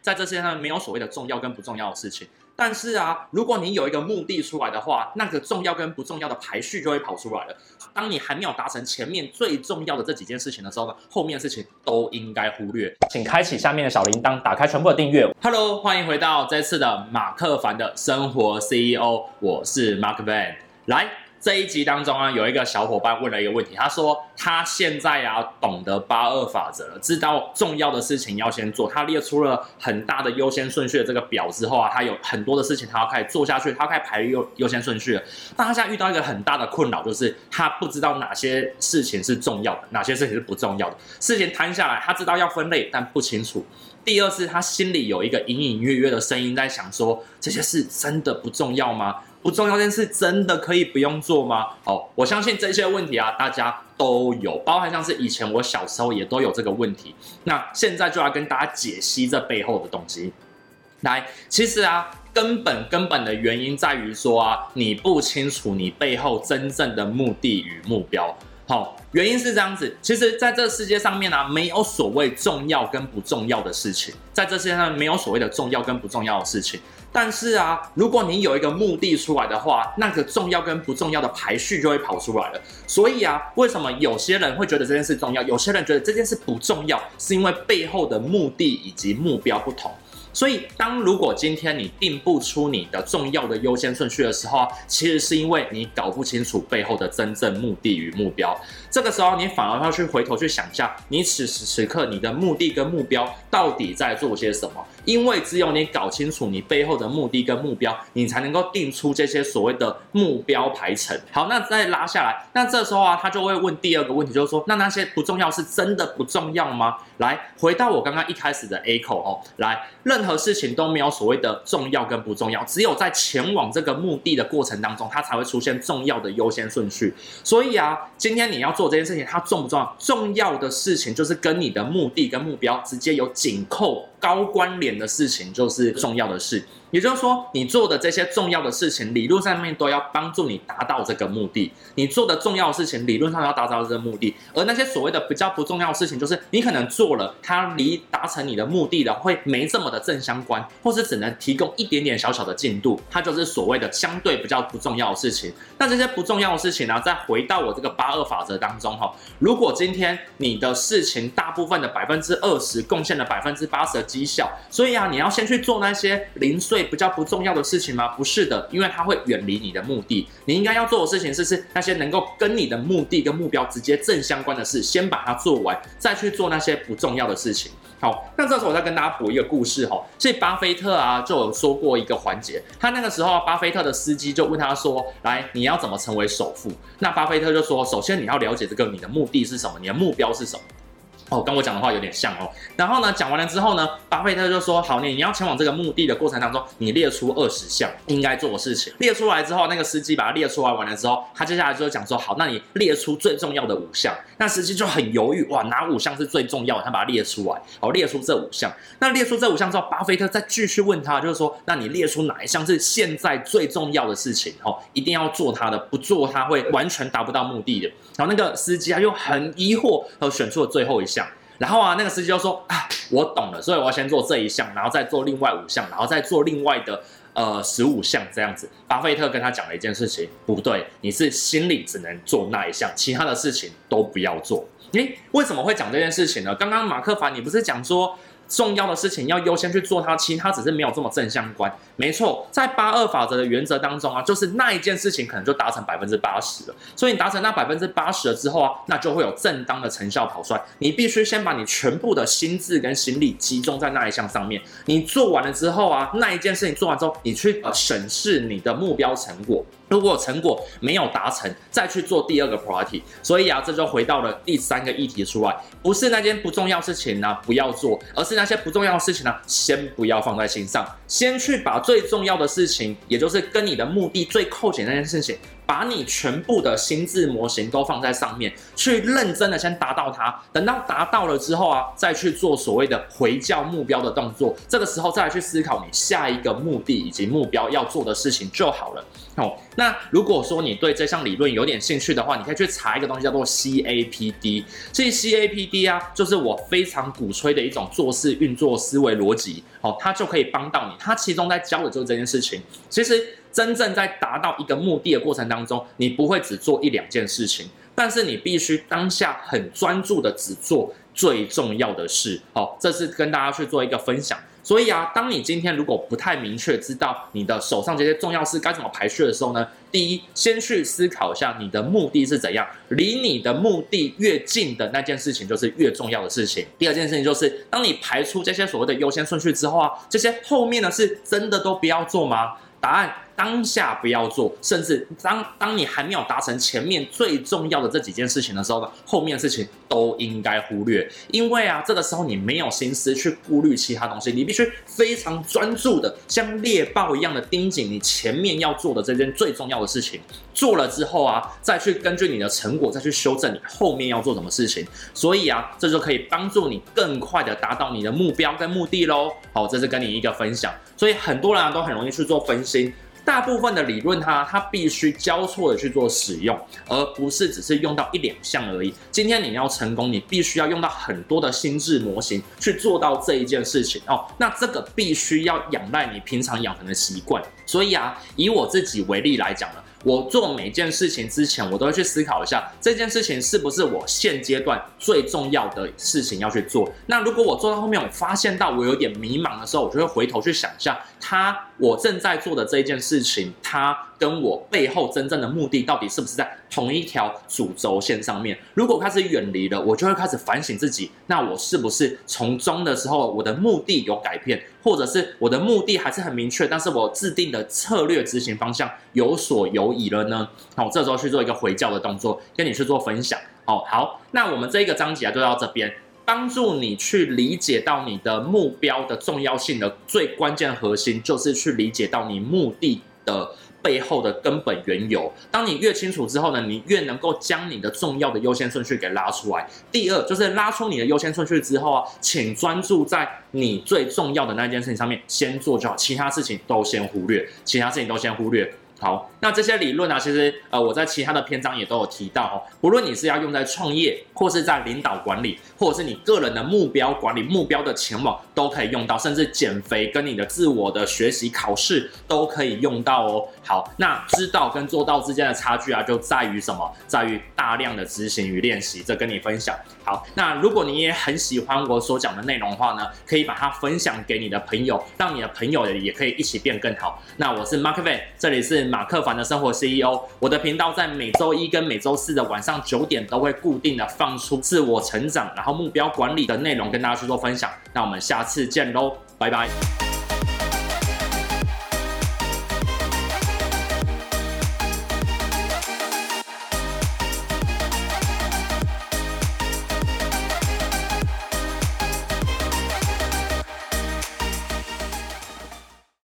在这世界上没有所谓的重要跟不重要的事情。但是啊，如果你有一个目的出来的话，那个重要跟不重要的排序就会跑出来了。当你还没有达成前面最重要的这几件事情的时候呢，后面的事情都应该忽略。请开启下面的小铃铛，打开全部的订阅。Hello， 欢迎回到这次的马克凡的生活 CEO， 我是 Mark Van。来。这一集当中啊，有一个小伙伴问了一个问题，他说他现在啊懂得82法则了，知道重要的事情要先做，他列出了很大的优先顺序的这个表之后啊，他有很多的事情他要开始做下去，他要开始排优先顺序了。但他现在遇到一个很大的困扰，就是他不知道哪些事情是重要的，哪些事情是不重要的。事情摊下来，他知道要分类，但不清楚。第二是他心里有一个隐隐约约的声音在想说，这些事真的不重要吗？不重要这件事真的可以不用做吗？我相信这些问题啊，大家都有，包含像是以前我小时候也都有这个问题。那现在就要跟大家解析这背后的东西。来，其实啊，根本的原因在于说啊，你不清楚你背后真正的目的与目标。原因是这样子，其实在这个世界上面啊，没有所谓重要跟不重要的事情，在这世界上没有所谓的重要跟不重要的事情。但是啊，如果你有一个目的出来的话，那个重要跟不重要的排序就会跑出来了。所以啊，为什么有些人会觉得这件事重要，有些人觉得这件事不重要，是因为背后的目的以及目标不同。所以，如果今天你定不出你的重要的优先顺序的时候，其实是因为你搞不清楚背后的真正目的与目标。这个时候，你反而要去回头去想一下，你此时此刻你的目的跟目标到底在做些什么？因为只有你搞清楚你背后的目的跟目标，你才能够定出这些所谓的目标排程。好，那再拉下来，那这时候啊，他就会问第二个问题，就是说，那些不重要是真的不重要吗？来，回到我刚刚一开始的 A 口来，任何事情都没有所谓的重要跟不重要，只有在前往这个目的的过程当中，它才会出现重要的优先顺序。所以啊，今天你要做这件事情，它重不重要？重要的事情就是跟你的目的跟目标直接有紧扣、高关联的事情，就是重要的事。也就是说，你做的这些重要的事情，理论上面都要帮助你达到这个目的。你做的重要的事情，理论上要达到这个目的。而那些所谓的比较不重要的事情，就是你可能做了，它离达成你的目的的会没这么的正相关，或是只能提供一点点小小的进度，它就是所谓的相对比较不重要的事情。那这些不重要的事情呢，再回到我这个82法则当中如果今天你的事情大部分的20%贡献了80%的绩效，所以啊，你要先去做那些零碎比较不重要的事情吗？不是的，因为它会远离你的目的。你应该要做的事情是那些能够跟你的目的跟目标直接正相关的事，先把它做完，再去做那些不重要的事情。好，那这时候我再跟大家补一个故事所以巴菲特啊就有说过一个环节，他那个时候巴菲特的司机就问他说，来，你要怎么成为首富？那巴菲特就说，首先你要了解这个你的目的是什么，你的目标是什么。跟我讲的话有点像然后呢，讲完了之后呢，巴菲特就说，好，你要前往这个目的的过程当中，你列出20项应该做的事情。列出来之后，那个司机把它列出来完了之后，他接下来就讲说，好，那你列出最重要的5项。那司机就很犹豫，哇，哪5项是最重要的？他把它列出来，列出这5项。那列出这5项之后，巴菲特再继续问他，就是说，那你列出哪一项是现在最重要的事情？一定要做它的，不做它会完全达不到目的的。然后那个司机又很疑惑，选出了最后一项。然后啊，那个司机就说，我懂了，所以我要先做这一项，然后再做另外5项，然后再做另外的15项这样子。巴菲特跟他讲了一件事情，不对，你是心里只能做那一项，其他的事情都不要做。为什么会讲这件事情呢？刚刚马克凡你不是讲说重要的事情要优先去做它，其他只是没有这么正相关。没错，在82法则的原则当中啊，就是那一件事情可能就达成80%了。所以你达成那80%了之后啊，那就会有正当的成效跑出来。你必须先把你全部的心智跟心力集中在那一项上面。你做完了之后啊，那一件事情做完之后，你去审视你的目标成果。如果成果没有达成，再去做第2个 priority。所以啊，这就回到了第3个议题出来，不是那件不重要事情呢不要做，而是那些不重要的事情呢先不要放在心上，先去把最重要的事情，也就是跟你的目的最扣紧那件事情，把你全部的心智模型都放在上面，去认真的先达到它。等到达到了之后啊，再去做所谓的回教目标的动作。这个时候再来去思考你下一个目的以及目标要做的事情就好了。 那如果说你对这项理论有点兴趣的话，你可以去查一个东西叫做 CAPD。这 CAPD 啊，就是我非常鼓吹的一种做事运作思维逻辑，它就可以帮到你。它其中在教的就是这件事情。其实真正在达到一个目的的过程当中，你不会只做1、2件事情，但是你必须当下很专注的只做最重要的事。这是跟大家去做一个分享。所以啊，当你今天如果不太明确知道你的手上这些重要事该怎么排序的时候呢，第一，先去思考一下你的目的是怎样，离你的目的越近的那件事情就是越重要的事情。第二件事情就是，当你排出这些所谓的优先顺序之后啊，这些后面的事真的都不要做吗？答案：当下不要做，甚至当你还没有达成前面最重要的这几件事情的时候呢，后面的事情都应该忽略，因为啊，这个时候你没有心思去顾虑其他东西，你必须非常专注的，像猎豹一样的盯紧你前面要做的这件最重要的事情。做了之后啊，再去根据你的成果再去修正你后面要做什么事情。所以啊，这就可以帮助你更快的达到你的目标跟目的咯。好，这是跟你一个分享。所以很多人都很容易去做分心。大部分的理论它必须交错的去做使用，而不是只是用到1、2项而已。今天你要成功，你必须要用到很多的心智模型去做到这一件事情那这个必须要仰赖你平常养成的习惯。所以啊，以我自己为例来讲呢，我做每件事情之前，我都会去思考一下，这件事情是不是我现阶段最重要的事情要去做。那如果我做到后面，我发现到我有点迷茫的时候，我就会回头去想一下，我正在做的这一件事情，它跟我背后真正的目的到底是不是在同一条主轴线上面。如果开始远离了，我就会开始反省自己，那我是不是从中的时候我的目的有改变，或者是我的目的还是很明确，但是我制定的策略执行方向有所犹疑了呢？这时候去做一个回教的动作，跟你去做分享。好，那我们这一个章节就到这边。帮助你去理解到你的目标的重要性的最关键核心，就是去理解到你目的的背后的根本缘由。当你越清楚之后呢，你越能够将你的重要的优先顺序给拉出来。第二，就是拉出你的优先顺序之后啊，请专注在你最重要的那件事情上面，先做就好，其他事情都先忽略，好，那这些理论啊，其实我在其他的篇章也都有提到不论你是要用在创业，或是在领导管理，或者是你个人的目标管理、目标的前往都可以用到，甚至减肥跟你的自我的学习、考试都可以用到哦。好，那知道跟做到之间的差距啊，就在于什么？在于大量的执行与练习，这跟你分享。好，那如果你也很喜欢我所讲的内容的话呢，可以把它分享给你的朋友，让你的朋友也可以一起变更好。那我是 Mark Van， 这里是马克凡的生活 CEO。我的频道在每周一跟每周四的晚上9点都会固定的放出自我成长，然后目标管理的内容跟大家去做分享。那我们下次见喽，拜拜。